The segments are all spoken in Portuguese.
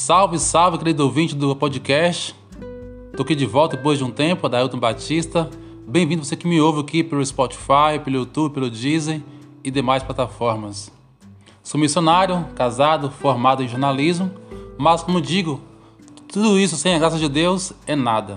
Salve, salve, querido ouvinte do podcast. Tô aqui de volta depois de um tempo, Adailton Batista. Bem-vindo você que me ouve aqui pelo Spotify, pelo YouTube, pelo Deezer e demais plataformas. Sou missionário, casado, formado em jornalismo, mas como digo, tudo isso sem a graça de Deus é nada.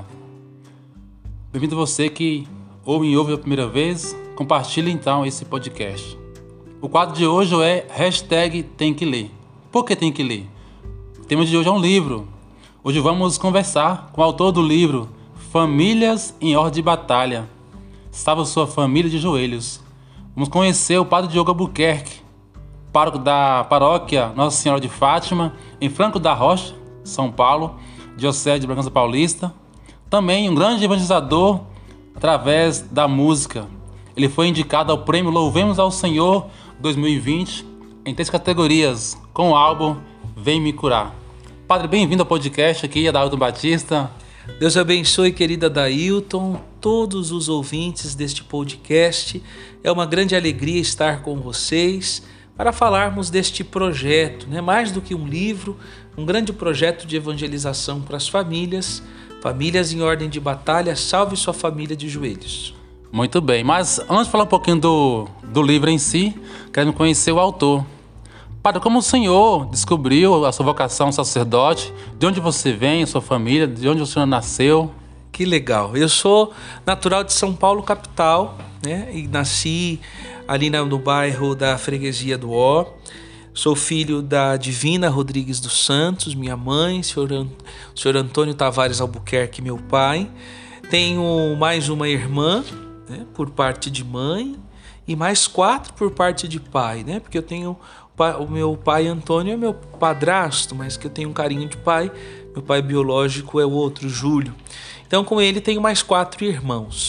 Bem-vindo você que ouve a primeira vez, compartilhe então esse podcast. O quadro de hoje é #tem que ler. Por que tem que ler? O tema de hoje é um livro. Hoje vamos conversar com o autor do livro Famílias em Ordem de Batalha. Salva sua família de joelhos. Vamos conhecer o Padre Diogo Albuquerque, pároco da paróquia Nossa Senhora de Fátima, em Franco da Rocha, São Paulo, diocese de Bragança Paulista. Também um grande evangelizador através da música. Ele foi indicado ao prêmio Louvemos ao Senhor 2020 em 3 categorias, com o álbum Vem Me Curar. Padre, bem-vindo ao podcast aqui, Adailton Batista. Deus abençoe, querida Adailton, todos os ouvintes deste podcast. É uma grande alegria estar com vocês para falarmos deste projeto, mais do que um livro, um grande projeto de evangelização para as famílias. Famílias em Ordem de Batalha, salve sua família de joelhos. Muito bem, mas antes de falar um pouquinho do livro em si, queremos conhecer o autor. Padre, como o senhor descobriu a sua vocação sacerdote? De onde você vem, a sua família? De onde o senhor nasceu? Que legal. Eu sou natural de São Paulo, capital, e nasci ali no bairro da Freguesia do Ó. Sou filho da Divina Rodrigues dos Santos, minha mãe, o senhor Antônio Tavares Albuquerque, meu pai. Tenho mais uma irmã, por parte de mãe, e mais 4 por parte de pai, porque eu tenho o meu pai Antônio é meu padrasto, mas que eu tenho um carinho de pai. Meu pai biológico é o outro, Júlio. Então, com ele, tenho mais 4 irmãos.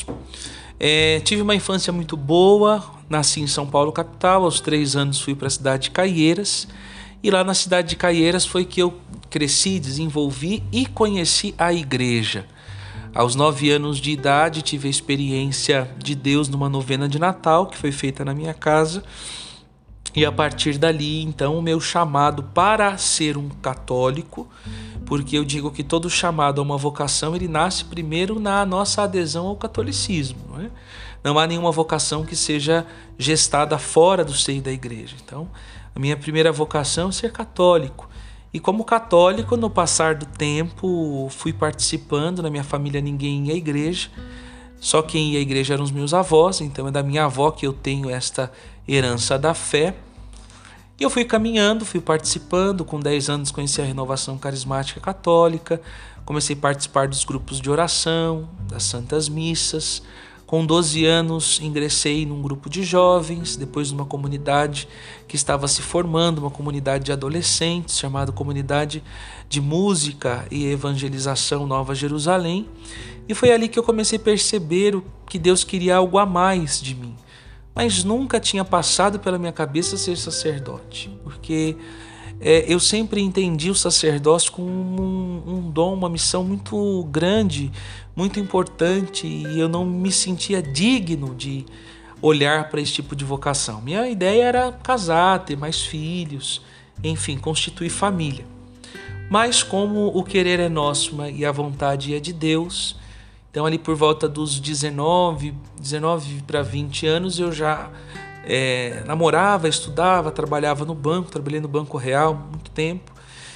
Tive uma infância muito boa, nasci em São Paulo, capital. Aos 3 anos fui para a cidade de Caieiras. E lá na cidade de Caieiras foi que eu cresci, desenvolvi e conheci a igreja. Aos 9 anos de idade, tive a experiência de Deus numa novena de Natal, que foi feita na minha casa. E a partir dali, então, o meu chamado para ser um católico, porque eu digo que todo chamado a uma vocação, ele nasce primeiro na nossa adesão ao catolicismo. Não há nenhuma vocação que seja gestada fora do seio da igreja. Então, a minha primeira vocação é ser católico. E como católico, no passar do tempo, fui participando. Na minha família ninguém ia à igreja, só quem ia à igreja eram os meus avós. Então é da minha avó que eu tenho esta herança da fé. E eu fui caminhando, fui participando. Com 10 anos conheci a Renovação Carismática Católica, comecei a participar dos grupos de oração, das Santas Missas. Com 12 anos ingressei num grupo de jovens, depois numa comunidade que estava se formando, uma comunidade de adolescentes, chamada Comunidade de Música e Evangelização Nova Jerusalém. E foi ali que eu comecei a perceber que Deus queria algo a mais de mim. Mas nunca tinha passado pela minha cabeça ser sacerdote, porque eu sempre entendi o sacerdócio como um dom, uma missão muito grande, muito importante, e eu não me sentia digno de olhar para esse tipo de vocação. Minha ideia era casar, ter mais filhos, enfim, constituir família. Mas como o querer é nosso e a vontade é de Deus, então ali por volta dos 19 para 20 anos eu já namorava, estudava, trabalhava no banco, trabalhei no Banco Real muito tempo,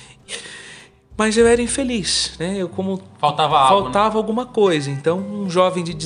mas eu era infeliz, faltava alguma coisa. Então um jovem de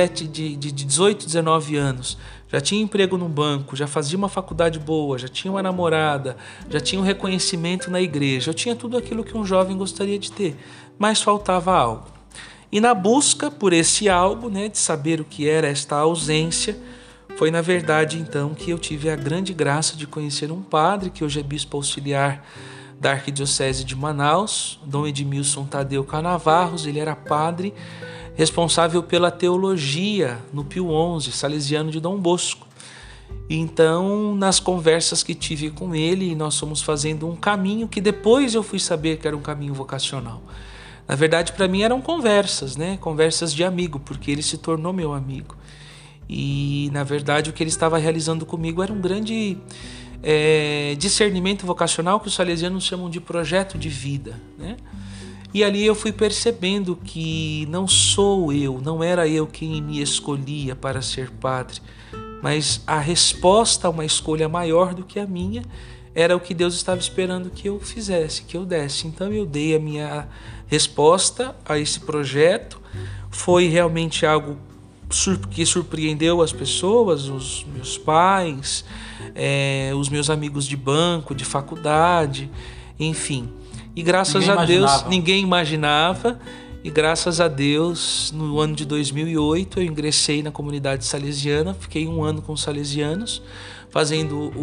18, 19 anos já tinha emprego no banco, já fazia uma faculdade boa, já tinha uma namorada, já tinha um reconhecimento na igreja, eu tinha tudo aquilo que um jovem gostaria de ter, mas faltava algo. E na busca por esse algo, de saber o que era esta ausência, foi na verdade então que eu tive a grande graça de conhecer um padre, que hoje é bispo auxiliar da Arquidiocese de Manaus, Dom Edmilson Tadeu Canavarros. Ele era padre responsável pela teologia no Pio XI, salesiano de Dom Bosco. Então, nas conversas que tive com ele, nós fomos fazendo um caminho que depois eu fui saber que era um caminho vocacional. Na verdade, para mim eram conversas, conversas de amigo, porque ele se tornou meu amigo. E, na verdade, o que ele estava realizando comigo era um grande discernimento vocacional, que os salesianos chamam de projeto de vida, né? E ali eu fui percebendo que não era eu quem me escolhia para ser padre, mas a resposta a uma escolha maior do que a minha era o que Deus estava esperando que eu fizesse, que eu desse. Então eu dei a minha resposta a esse projeto. Foi realmente algo que surpreendeu as pessoas, os meus pais, os meus amigos de banco, de faculdade, enfim. E graças a Deus, ninguém imaginava. E graças a Deus, no ano de 2008, eu ingressei na comunidade salesiana, fiquei 1 ano com os salesianos, fazendo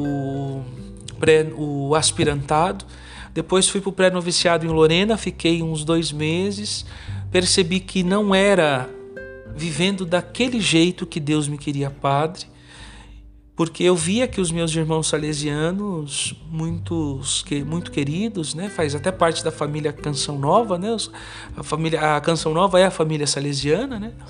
o aspirantado. Depois fui para o pré-noviciado em Lorena, fiquei uns 2 meses, percebi que não era vivendo daquele jeito que Deus me queria padre, porque eu via que os meus irmãos salesianos, muito queridos, né, faz até parte da família Canção Nova, né, a Canção Nova é a família salesiana, né,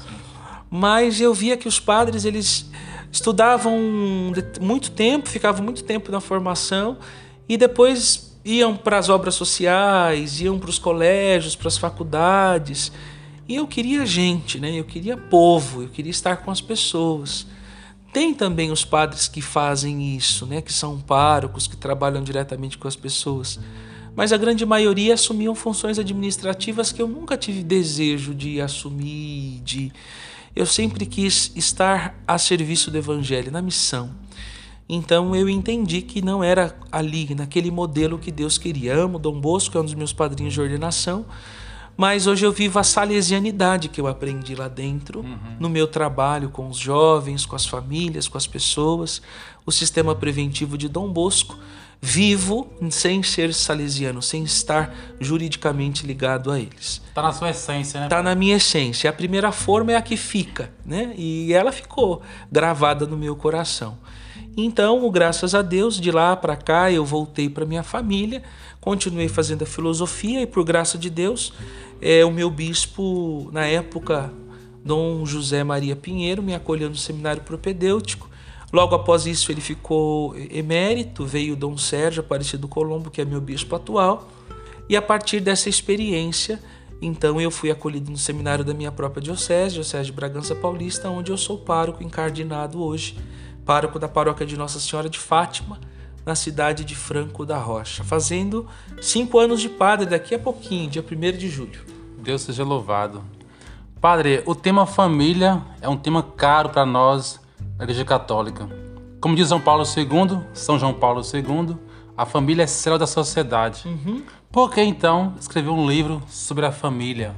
mas eu via que os padres, eles estudavam muito tempo, ficavam muito tempo na formação e depois iam para as obras sociais, iam para os colégios, para as faculdades. E eu queria gente, né? Eu queria povo, eu queria estar com as pessoas. Tem também os padres que fazem isso, né? Que são párocos, que trabalham diretamente com as pessoas. Mas a grande maioria assumiam funções administrativas que eu nunca tive desejo de assumir. Eu sempre quis estar a serviço do Evangelho, na missão. Então eu entendi que não era ali, naquele modelo que Deus queria. Amo Dom Bosco, é um dos meus padrinhos de ordenação. Mas hoje eu vivo a salesianidade que eu aprendi lá dentro, no meu trabalho com os jovens, com as famílias, com as pessoas, o sistema preventivo de Dom Bosco. Vivo sem ser salesiano, sem estar juridicamente ligado a eles. Está na sua essência, né? Está na minha essência. A primeira forma é a que fica, né? E ela ficou gravada no meu coração. Então, graças a Deus, de lá para cá eu voltei para minha família, continuei fazendo a filosofia e, por graça de Deus, o meu bispo, na época, Dom José Maria Pinheiro, me acolheu no seminário propedêutico. Logo após isso ele ficou emérito, veio Dom Sérgio Aparecido Colombo, que é meu bispo atual, e a partir dessa experiência, então eu fui acolhido no seminário da minha própria diocese de Bragança Paulista, onde eu sou pároco encardinado hoje, pároco da paróquia de Nossa Senhora de Fátima, na cidade de Franco da Rocha, fazendo 5 anos de padre daqui a pouquinho, dia 1º de julho. Deus seja louvado. Padre, o tema família é um tema caro para nós, da Igreja Católica. Como diz São João Paulo II, a família é célula da sociedade. Por que então escrever um livro sobre a família?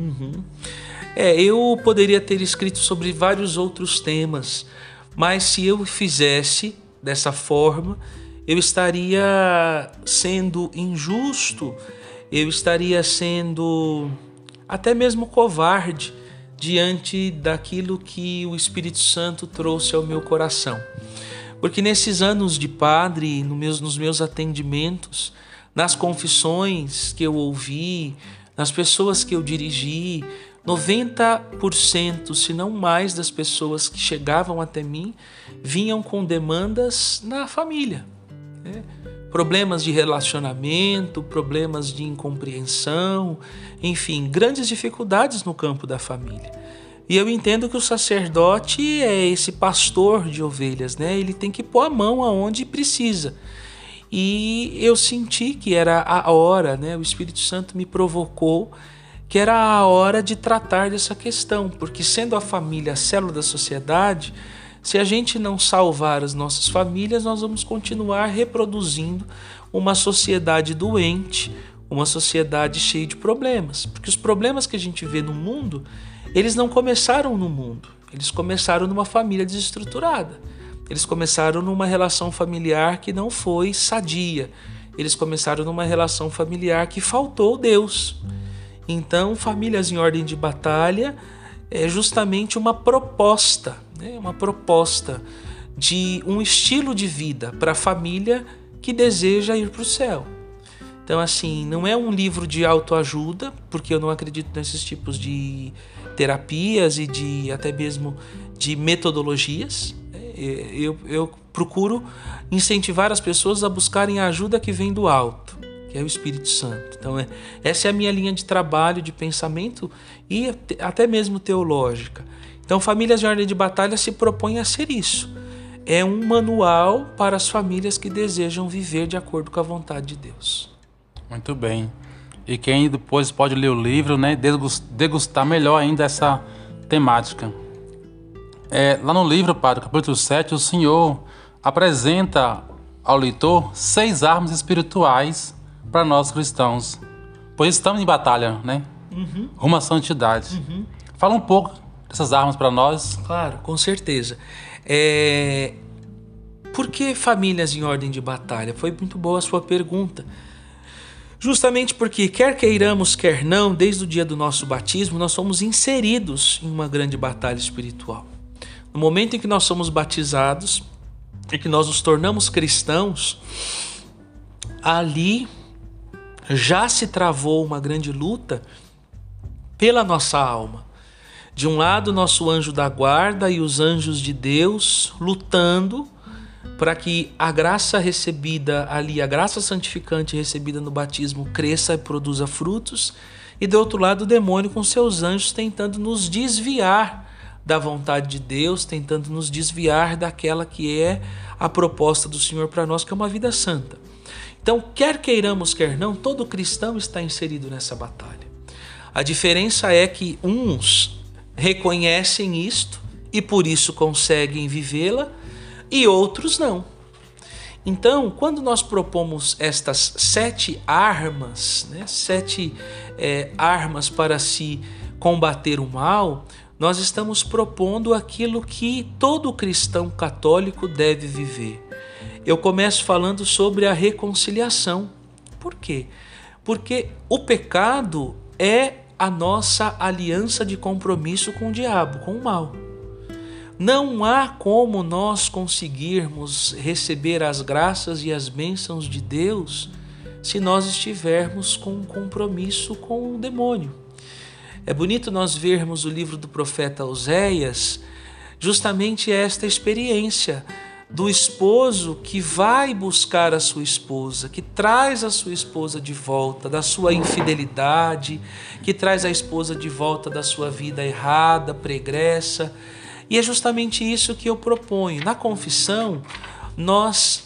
Eu poderia ter escrito sobre vários outros temas, mas se eu fizesse dessa forma, eu estaria sendo injusto, eu estaria sendo até mesmo covarde diante daquilo que o Espírito Santo trouxe ao meu coração. Porque nesses anos de padre, nos meus atendimentos, nas confissões que eu ouvi, nas pessoas que eu dirigi, 90%, se não mais, das pessoas que chegavam até mim vinham com demandas na família, né? Problemas de relacionamento, problemas de incompreensão, enfim, grandes dificuldades no campo da família. E eu entendo que o sacerdote é esse pastor de ovelhas, né? Ele tem que pôr a mão aonde precisa. E eu senti que era a hora, né? O Espírito Santo me provocou que era a hora de tratar dessa questão, porque sendo a família a célula da sociedade, se a gente não salvar as nossas famílias, nós vamos continuar reproduzindo uma sociedade doente, uma sociedade cheia de problemas. Porque os problemas que a gente vê no mundo, eles não começaram no mundo, eles começaram numa família desestruturada. Eles começaram numa relação familiar que não foi sadia. Eles começaram numa relação familiar que faltou Deus. Então, Famílias em Ordem de Batalha é justamente uma proposta, né? Uma proposta de um estilo de vida para a família que deseja ir para o céu. Então, assim, não é um livro de autoajuda, porque eu não acredito nesses tipos de terapias e até mesmo de metodologias. Eu procuro incentivar as pessoas a buscarem a ajuda que vem do alto, que é o Espírito Santo. Então, essa é a minha linha de trabalho, de pensamento e até mesmo teológica. Então, Famílias de Ordem de Batalha se propõe a ser isso. É um manual para as famílias que desejam viver de acordo com a vontade de Deus. Muito bem. E quem depois pode ler o livro, né, degustar melhor ainda essa temática. Lá no livro, Padre, capítulo 7, o Senhor apresenta ao leitor 6 armas espirituais para nós cristãos, pois estamos em batalha, né? Rumo à santidade. Fala um pouco dessas armas para nós. Claro, com certeza. Por que famílias em ordem de batalha? Foi muito boa a sua pergunta. Justamente porque, quer queiramos, quer não, desde o dia do nosso batismo, nós somos inseridos em uma grande batalha espiritual. No momento em que nós somos batizados e que nós nos tornamos cristãos, ali já se travou uma grande luta pela nossa alma. De um lado, nosso anjo da guarda e os anjos de Deus lutando para que a graça recebida ali, a graça santificante recebida no batismo, cresça e produza frutos. E do outro lado, o demônio com seus anjos tentando nos desviar da vontade de Deus, tentando nos desviar daquela que é a proposta do Senhor para nós, que é uma vida santa. Então, quer queiramos, quer não, todo cristão está inserido nessa batalha. A diferença é que uns reconhecem isto e por isso conseguem vivê-la, e outros não. Então, quando nós propomos estas 7 armas, 7 armas para se combater o mal, nós estamos propondo aquilo que todo cristão católico deve viver. Eu começo falando sobre a reconciliação. Por quê? Porque o pecado é a nossa aliança de compromisso com o diabo, com o mal. Não há como nós conseguirmos receber as graças e as bênçãos de Deus se nós estivermos com um compromisso com o demônio. É bonito nós vermos o livro do profeta Oséias, justamente esta experiência do esposo que vai buscar a sua esposa, que traz a sua esposa de volta da sua infidelidade, que traz a esposa de volta da sua vida errada, pregressa. E é justamente isso que eu proponho. Na confissão, nós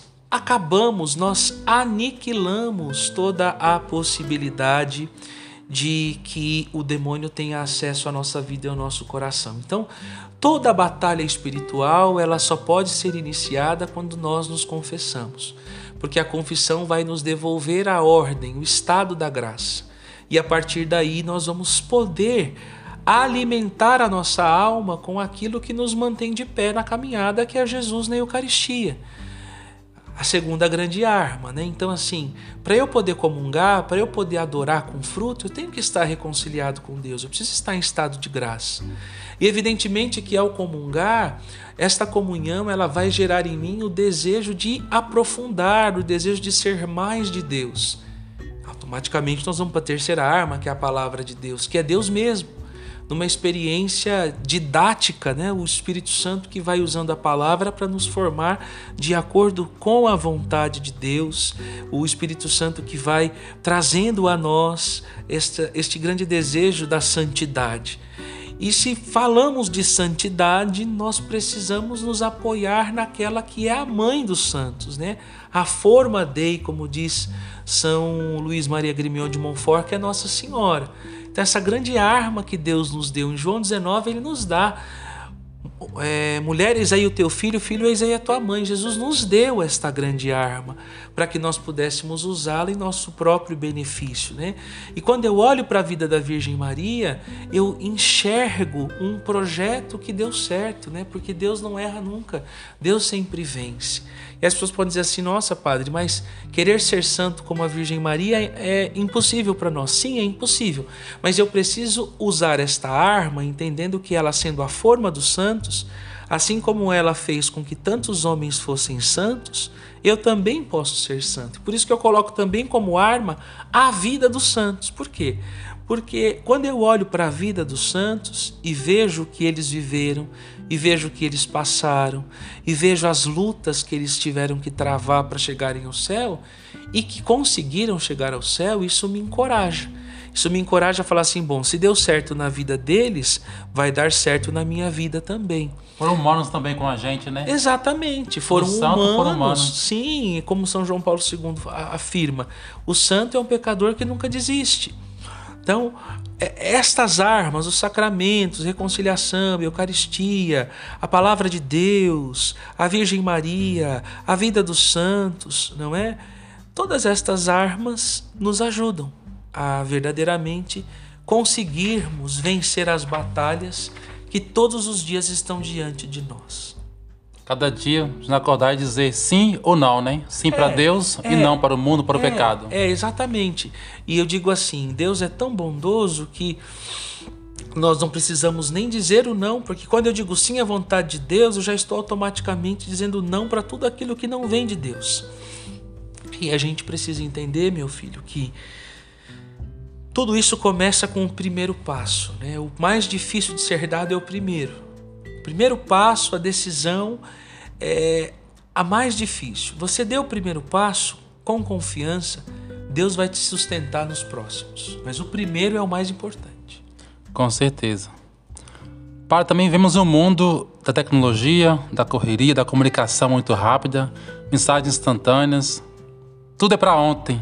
aniquilamos toda a possibilidade de que o demônio tenha acesso à nossa vida e ao nosso coração. Então, toda a batalha espiritual, ela só pode ser iniciada quando nós nos confessamos, porque a confissão vai nos devolver a ordem, o estado da graça. E a partir daí nós vamos poder alimentar a nossa alma com aquilo que nos mantém de pé na caminhada, que é Jesus na Eucaristia. A segunda grande arma, né? Então, assim, para eu poder comungar, para eu poder adorar com fruto, eu tenho que estar reconciliado com Deus, eu preciso estar em estado de graça. E evidentemente que ao comungar, esta comunhão ela vai gerar em mim o desejo de aprofundar, o desejo de ser mais de Deus. Automaticamente nós vamos para a terceira arma, que é a palavra de Deus, que é Deus mesmo. Numa experiência didática, né? O Espírito Santo que vai usando a palavra para nos formar de acordo com a vontade de Deus, o Espírito Santo que vai trazendo a nós este grande desejo da santidade. E se falamos de santidade, nós precisamos nos apoiar naquela que é a mãe dos santos, né? A forma Dei, como diz São Luís Maria Grignion de Montfort, que é Nossa Senhora. Então, essa grande arma que Deus nos deu em João 19, ele nos dá. Mulher, eis aí o teu filho, filho, eis aí a tua mãe. Jesus nos deu esta grande arma para que nós pudéssemos usá-la em nosso próprio benefício, né? E quando eu olho para a vida da Virgem Maria, eu enxergo um projeto que deu certo, né? Porque Deus não erra nunca, Deus sempre vence. E as pessoas podem dizer assim: nossa, padre, mas querer ser santo como a Virgem Maria é impossível para nós. Sim, é impossível, mas eu preciso usar esta arma entendendo que ela, sendo a forma dos santos, assim como ela fez com que tantos homens fossem santos, eu também posso ser santo. Por isso que eu coloco também como arma a vida dos santos. Por quê? Porque quando eu olho para a vida dos santos e vejo o que eles viveram, e vejo o que eles passaram, e vejo as lutas que eles tiveram que travar para chegarem ao céu, e que conseguiram chegar ao céu, isso me encoraja. Isso me encoraja a falar assim, bom, se deu certo na vida deles, vai dar certo na minha vida também. Foram humanos também com a gente, né? Exatamente, foram humanos. Sim, como São João Paulo II afirma, o santo é um pecador que nunca desiste. Então, estas armas, os sacramentos, reconciliação, Eucaristia, a palavra de Deus, a Virgem Maria, a vida dos santos, não é? Todas estas armas nos ajudam a verdadeiramente conseguirmos vencer as batalhas que todos os dias estão diante de nós. Cada dia, nos acordar e dizer sim ou não, né? Sim para Deus e não para o mundo, para o pecado. Exatamente. E eu digo assim, Deus é tão bondoso que nós não precisamos nem dizer o não, porque quando eu digo sim à vontade de Deus, eu já estou automaticamente dizendo não para tudo aquilo que não vem de Deus. E a gente precisa entender, meu filho, que tudo isso começa com o primeiro passo, né? O mais difícil de ser dado é o primeiro. O primeiro passo, a decisão, é a mais difícil. Você deu o primeiro passo, com confiança, Deus vai te sustentar nos próximos. Mas o primeiro é o mais importante. Com certeza. Para também vemos um mundo da tecnologia, da correria, da comunicação muito rápida, mensagens instantâneas. Tudo é para ontem.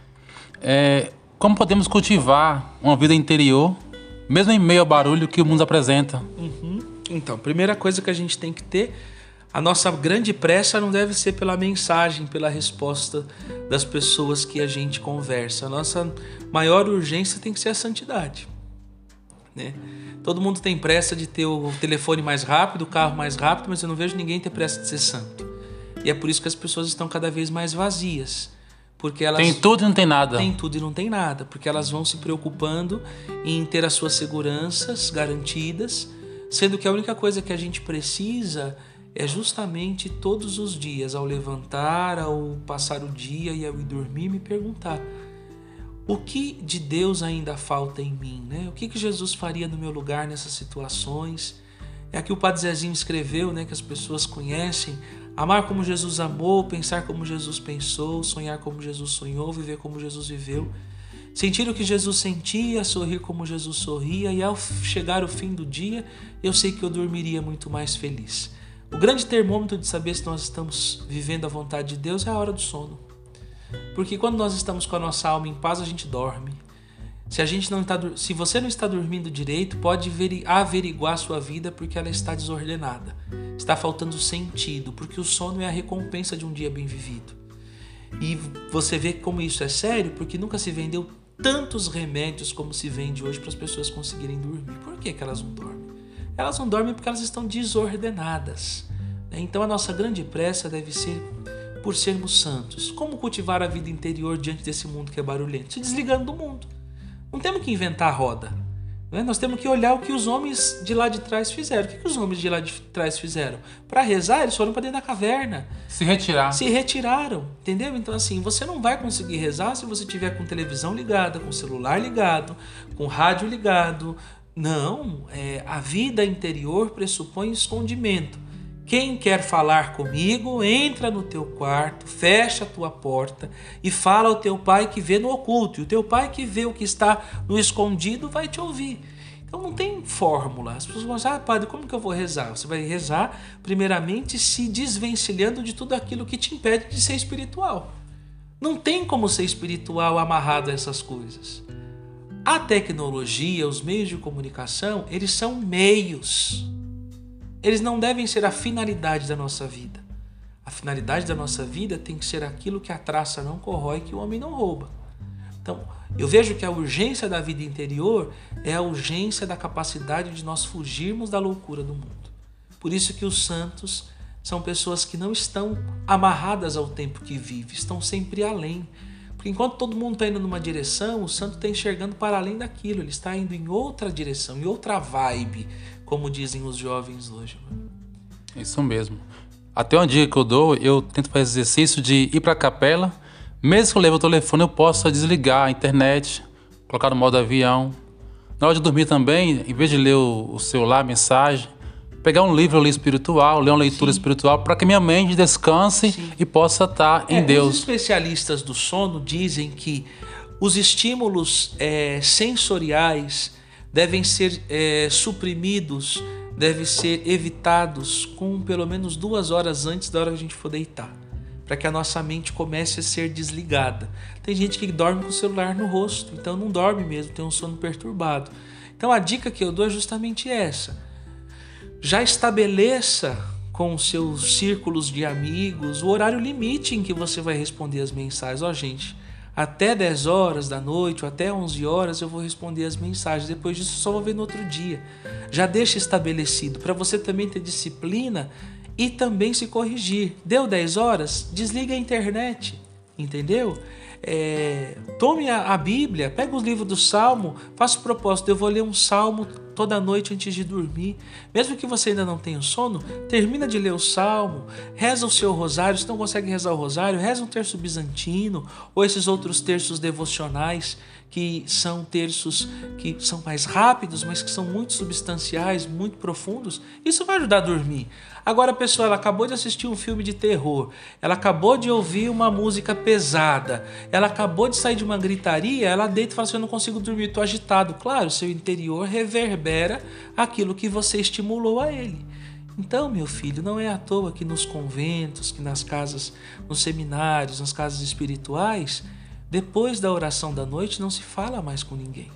Como podemos cultivar uma vida interior, mesmo em meio ao barulho que o mundo apresenta? Então, a primeira coisa que a gente tem que ter, a nossa grande pressa não deve ser pela mensagem, pela resposta das pessoas que a gente conversa. A nossa maior urgência tem que ser a santidade, né? Todo mundo tem pressa de ter o telefone mais rápido, o carro mais rápido, mas eu não vejo ninguém ter pressa de ser santo. E é por isso que as pessoas estão cada vez mais vazias. Porque elas tem tudo e não tem nada. Tem tudo e não tem nada. Porque elas vão se preocupando em ter as suas seguranças garantidas, sendo que a única coisa que a gente precisa é justamente todos os dias, ao levantar, ao passar o dia e ao ir dormir, me perguntar: o que de Deus ainda falta em mim, né? O que Jesus faria no meu lugar nessas situações? É aqui o Padre Zezinho escreveu, né, que as pessoas conhecem: amar como Jesus amou, pensar como Jesus pensou, sonhar como Jesus sonhou, viver como Jesus viveu, sentir o que Jesus sentia, sorrir como Jesus sorria, e ao chegar o fim do dia, eu sei que eu dormiria muito mais feliz. O grande termômetro de saber se nós estamos vivendo a vontade de Deus é a hora do sono. Porque quando nós estamos com a nossa alma em paz, a gente dorme. Se você não está dormindo direito, pode averiguar a sua vida porque ela está desordenada. Está faltando sentido, porque o sono é a recompensa de um dia bem vivido. E você vê como isso é sério, porque nunca se vendeu tantos remédios como se vende hoje para as pessoas conseguirem dormir. Por que elas não dormem? Elas não dormem porque elas estão desordenadas. Então a nossa grande pressa deve ser por sermos santos. Como cultivar a vida interior diante desse mundo que é barulhento? Se desligando do mundo. Não temos que inventar a roda, né? Nós temos que olhar o que os homens de lá de trás fizeram. O que os homens de lá de trás fizeram? Para rezar, eles foram para dentro da caverna. Se retiraram, entendeu? Então assim, você não vai conseguir rezar se você tiver com televisão ligada, com celular ligado, com rádio ligado. Não, a vida interior pressupõe escondimento. Quem quer falar comigo, entra no teu quarto, fecha a tua porta e fala ao teu pai que vê no oculto. E o teu pai que vê o que está no escondido vai te ouvir. Então não tem fórmula. As pessoas vão dizer: padre, como que eu vou rezar? Você vai rezar primeiramente se desvencilhando de tudo aquilo que te impede de ser espiritual. Não tem como ser espiritual amarrado a essas coisas. A tecnologia, os meios de comunicação, eles são meios. Eles não devem ser a finalidade da nossa vida. A finalidade da nossa vida tem que ser aquilo que a traça não corrói, que o homem não rouba. Então, eu vejo que a urgência da vida interior é a urgência da capacidade de nós fugirmos da loucura do mundo. Por isso que os santos são pessoas que não estão amarradas ao tempo que vive, estão sempre além. Porque enquanto todo mundo está indo numa direção, o santo está enxergando para além daquilo, ele está indo em outra direção, em outra vibe, como dizem os jovens hoje. Isso mesmo. Até um dia que eu dou, eu tento fazer exercício de ir para a capela. Mesmo que eu leve o telefone, eu posso desligar a internet, colocar no modo avião. Na hora de dormir também, em vez de ler o celular, a mensagem, pegar um livro ali espiritual, ler uma leitura espiritual, para que minha mente descanse e possa estar em Deus. Os especialistas do sono dizem que os estímulos sensoriais devem ser suprimidos, devem ser evitados com pelo menos 2 horas antes da hora que a gente for deitar, para que a nossa mente comece a ser desligada. Tem gente que dorme com o celular no rosto, então não dorme mesmo, tem um sono perturbado. Então a dica que eu dou é justamente essa. Já estabeleça com os seus círculos de amigos o horário limite em que você vai responder as mensagens. Gente, até 10 horas da noite ou até 11 horas eu vou responder as mensagens. Depois disso eu só vou ver no outro dia. Já deixa estabelecido para você também ter disciplina e também se corrigir. Deu 10 horas? Desliga a internet, entendeu? Tome a Bíblia, pega os livros do Salmo, faça o propósito, eu vou ler um Salmo toda noite antes de dormir. Mesmo que você ainda não tenha sono, termina de ler o Salmo, reza o seu rosário. Se não consegue rezar o rosário, reza um terço bizantino ou esses outros terços devocionais, que são terços que são mais rápidos, mas que são muito substanciais, muito profundos. Isso vai ajudar a dormir. Agora a pessoa, ela acabou de assistir um filme de terror, ela acabou de ouvir uma música pesada, ela acabou de sair de uma gritaria, ela deita e fala assim: eu não consigo dormir, estou agitado. Claro, seu interior reverbera aquilo que você estimulou a ele. Então, meu filho, não é à toa que nos conventos, que nas casas, nos seminários, nas casas espirituais, depois da oração da noite não se fala mais com ninguém.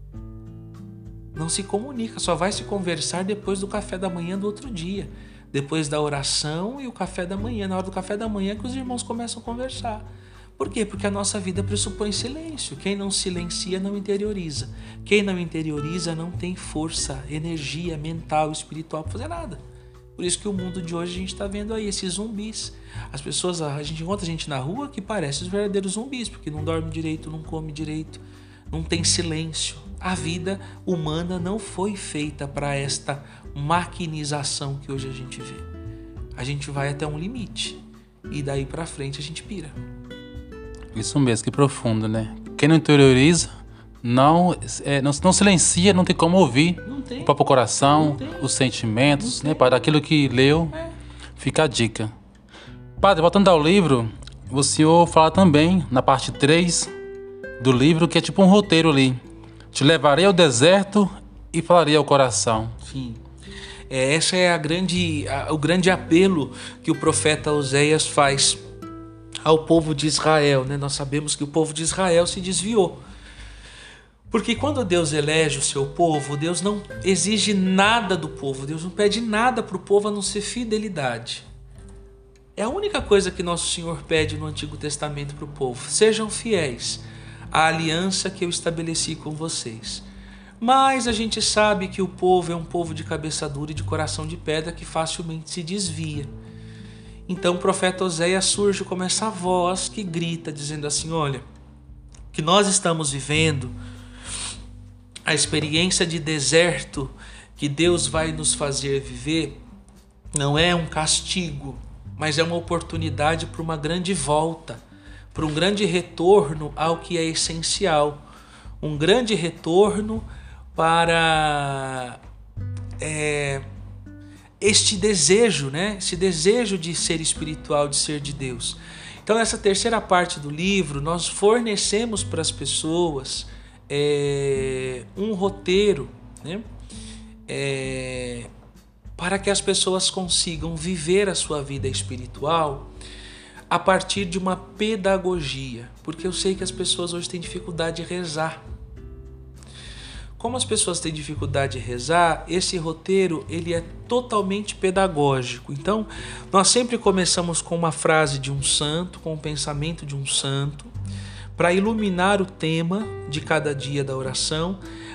Não se comunica, só vai se conversar depois do café da manhã do outro dia. Depois da oração e o café da manhã. Na hora do café da manhã é que os irmãos começam a conversar. Por quê? Porque a nossa vida pressupõe silêncio. Quem não silencia não interioriza. Quem não interioriza não tem força, energia mental, espiritual para fazer nada. Por isso que o mundo de hoje a gente está vendo aí esses zumbis. As pessoas, a gente encontra gente na rua que parece os verdadeiros zumbis, porque não dorme direito, não come direito, não tem silêncio. A vida humana não foi feita para esta maquinização que hoje a gente vê. A gente vai até um limite e daí para frente a gente pira. Isso mesmo, que profundo, né? Quem não interioriza, não silencia, não tem como ouvir o próprio coração, os sentimentos, né? Para aquilo que leu, fica a dica. Padre, voltando ao livro, o senhor fala também, na parte 3 do livro, que é tipo um roteiro ali. Te levarei ao deserto e falarei ao coração. Sim. Essa é o grande apelo que o profeta Oséias faz ao povo de Israel, né? Nós sabemos que o povo de Israel se desviou. Porque quando Deus elege o seu povo, Deus não exige nada do povo, Deus não pede nada para o povo a não ser fidelidade. É a única coisa que Nosso Senhor pede no Antigo Testamento para o povo: sejam fiéis à aliança que eu estabeleci com vocês. Mas a gente sabe que o povo é um povo de cabeça dura e de coração de pedra que facilmente se desvia. Então o profeta Oséias surge como essa voz que grita, dizendo assim: olha, que nós estamos vivendo, a experiência de deserto que Deus vai nos fazer viver, não é um castigo, mas é uma oportunidade para uma grande volta, para um grande retorno ao que é essencial, um grande retorno para este desejo, né? Esse desejo de ser espiritual, de ser de Deus. Então, nessa terceira parte do livro, nós fornecemos para as pessoas um roteiro, né? Para que as pessoas consigam viver a sua vida espiritual a partir de uma pedagogia, porque eu sei que as pessoas hoje têm dificuldade de rezar. Como as pessoas têm dificuldade de rezar, esse roteiro ele é totalmente pedagógico. Então, nós sempre começamos com uma frase de um santo, com um pensamento de um santo, para iluminar o tema de cada dia da oração.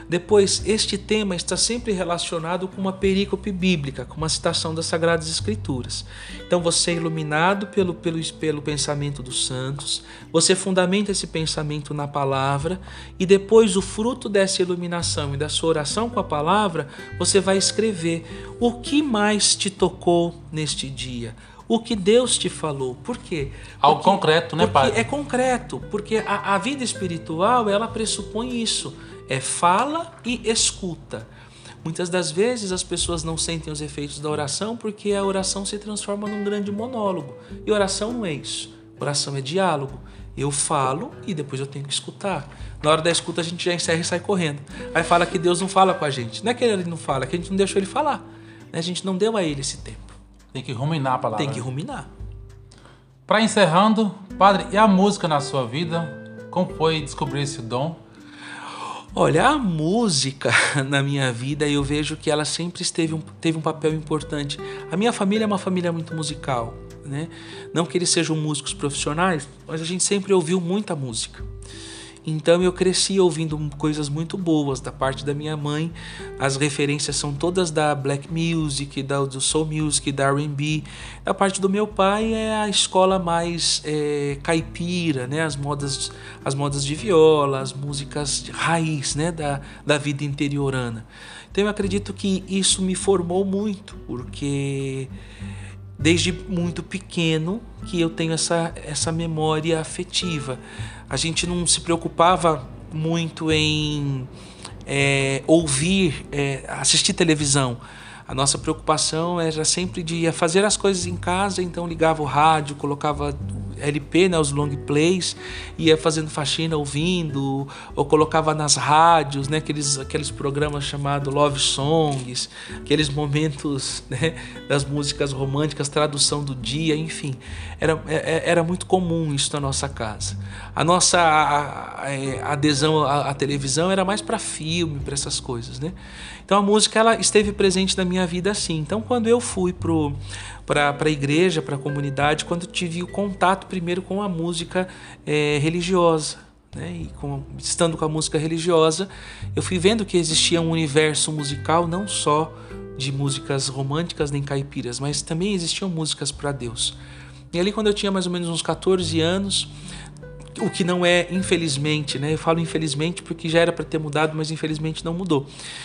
Depois, este tema está sempre relacionado com uma perícope bíblica, com uma citação das Sagradas Escrituras. Então você é iluminado pelo pensamento dos santos, você fundamenta esse pensamento na palavra e depois o fruto dessa iluminação e da sua oração com a palavra, você vai escrever o que mais te tocou neste dia. O que Deus te falou. Por quê? Algo concreto, né, Padre? É concreto, porque a vida espiritual, ela pressupõe isso. É fala e escuta. Muitas das vezes as pessoas não sentem os efeitos da oração porque a oração se transforma num grande monólogo. E oração não é isso. Oração é diálogo. Eu falo e depois eu tenho que escutar. Na hora da escuta a gente já encerra e sai correndo. Aí fala que Deus não fala com a gente. Não é que ele não fala, é que a gente não deixou ele falar. A gente não deu a ele esse tempo. Tem que ruminar a palavra. Tem que ruminar. Para encerrando, Padre, e a música na sua vida? Como foi descobrir esse dom? Olha, a música na minha vida, eu vejo que ela sempre teve um papel importante. A minha família é uma família muito musical, né? Não que eles sejam músicos profissionais, mas a gente sempre ouviu muita música. Então eu cresci ouvindo coisas muito boas da parte da minha mãe. As referências são todas da black music, do soul music, da R&B. Da parte do meu pai é a escola mais caipira, né? As modas de viola, as músicas de raiz, né? da vida interiorana. Então eu acredito que isso me formou muito, porque desde muito pequeno que eu tenho essa memória afetiva. A gente não se preocupava muito em assistir televisão. A nossa preocupação era sempre de fazer as coisas em casa, então ligava o rádio, colocava LP, né, os long plays, ia fazendo faxina ouvindo, ou colocava nas rádios, né, aqueles programas chamados Love Songs, aqueles momentos, né, das músicas românticas, tradução do dia, enfim. Era muito comum isso na nossa casa. A nossa adesão à televisão era mais para filme, para essas coisas, né? Então a música ela esteve presente na minha vida assim. Então quando eu fui para a igreja, para a comunidade, quando eu tive o contato primeiro com a música religiosa, né? E estando com a música religiosa, eu fui vendo que existia um universo musical não só de músicas românticas nem caipiras, mas também existiam músicas para Deus. E ali quando eu tinha mais ou menos uns 14 anos, o que não é infelizmente, né? Eu falo infelizmente porque já era para ter mudado, mas infelizmente não mudou.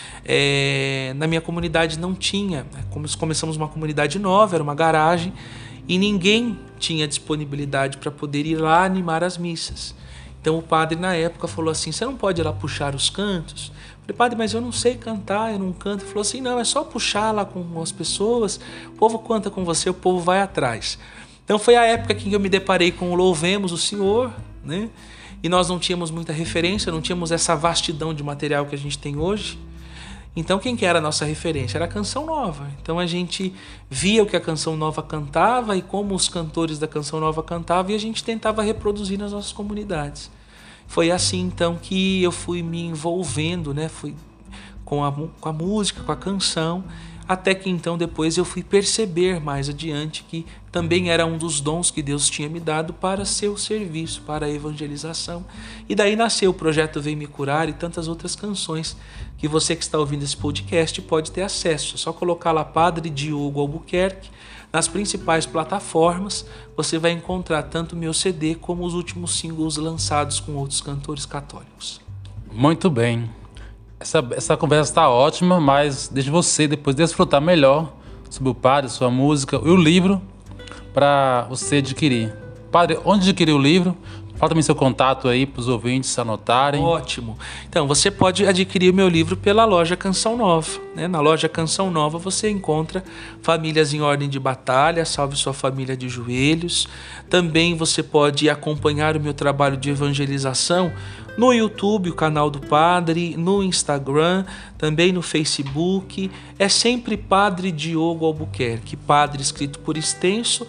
Na minha comunidade não tinha, começamos uma comunidade nova, era uma garagem, e ninguém tinha disponibilidade para poder ir lá animar as missas. Então o padre na época falou assim: você não pode ir lá puxar os cantos? Eu falei: padre, mas eu não sei cantar, eu não canto. Ele falou assim: não, é só puxar lá com as pessoas, o povo canta com você, o povo vai atrás. Então foi a época que eu me deparei com o Louvemos o Senhor, né? E nós não tínhamos muita referência, não tínhamos essa vastidão de material que a gente tem hoje. Então quem que era a nossa referência? Era a Canção Nova. Então a gente via o que a Canção Nova cantava e como os cantores da Canção Nova cantavam, e a gente tentava reproduzir nas nossas comunidades. Foi assim então que eu fui me envolvendo, né? Fui com a música, com a canção, até que então depois eu fui perceber mais adiante que também era um dos dons que Deus tinha me dado para seu serviço, para a evangelização. E daí nasceu o projeto Vem Me Curar e tantas outras canções que você que está ouvindo esse podcast pode ter acesso. É só colocar lá Padre Diogo Albuquerque. Nas principais plataformas você vai encontrar tanto o meu CD como os últimos singles lançados com outros cantores católicos. Muito bem. Essa conversa está ótima, mas deixe você depois desfrutar melhor sobre o padre, sua música e o livro para você adquirir. Padre, onde adquirir o livro? Fala também seu contato aí para os ouvintes anotarem. Ótimo. Então, você pode adquirir o meu livro pela loja Canção Nova, né? Na loja Canção Nova você encontra Famílias em Ordem de Batalha, Salve Sua Família de Joelhos. Também você pode acompanhar o meu trabalho de evangelização no YouTube, o canal do Padre, no Instagram, também no Facebook. É sempre Padre Diogo Albuquerque, Padre escrito por extenso,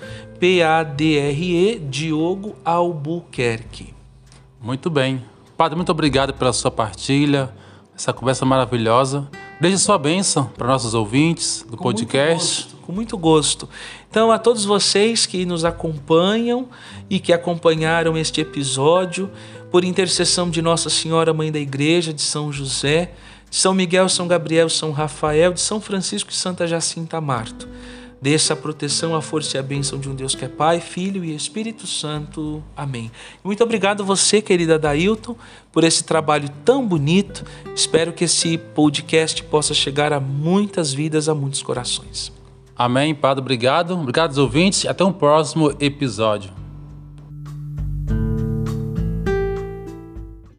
Padre Diogo Albuquerque. Muito bem. Padre, muito obrigado pela sua partilha, essa conversa maravilhosa. Deixe sua bênção para nossos ouvintes do podcast. Com muito gosto. Então, a todos vocês que nos acompanham e que acompanharam este episódio, por intercessão de Nossa Senhora Mãe da Igreja de São José, de São Miguel, São Gabriel, São Rafael, de São Francisco e Santa Jacinta Marto. Desça a proteção, a força e a bênção de um Deus que é Pai, Filho e Espírito Santo. Amém. Muito obrigado você, querida Dailton, por esse trabalho tão bonito. Espero que esse podcast possa chegar a muitas vidas, a muitos corações. Amém, Padre. Obrigado. Obrigado aos ouvintes. Até um próximo episódio.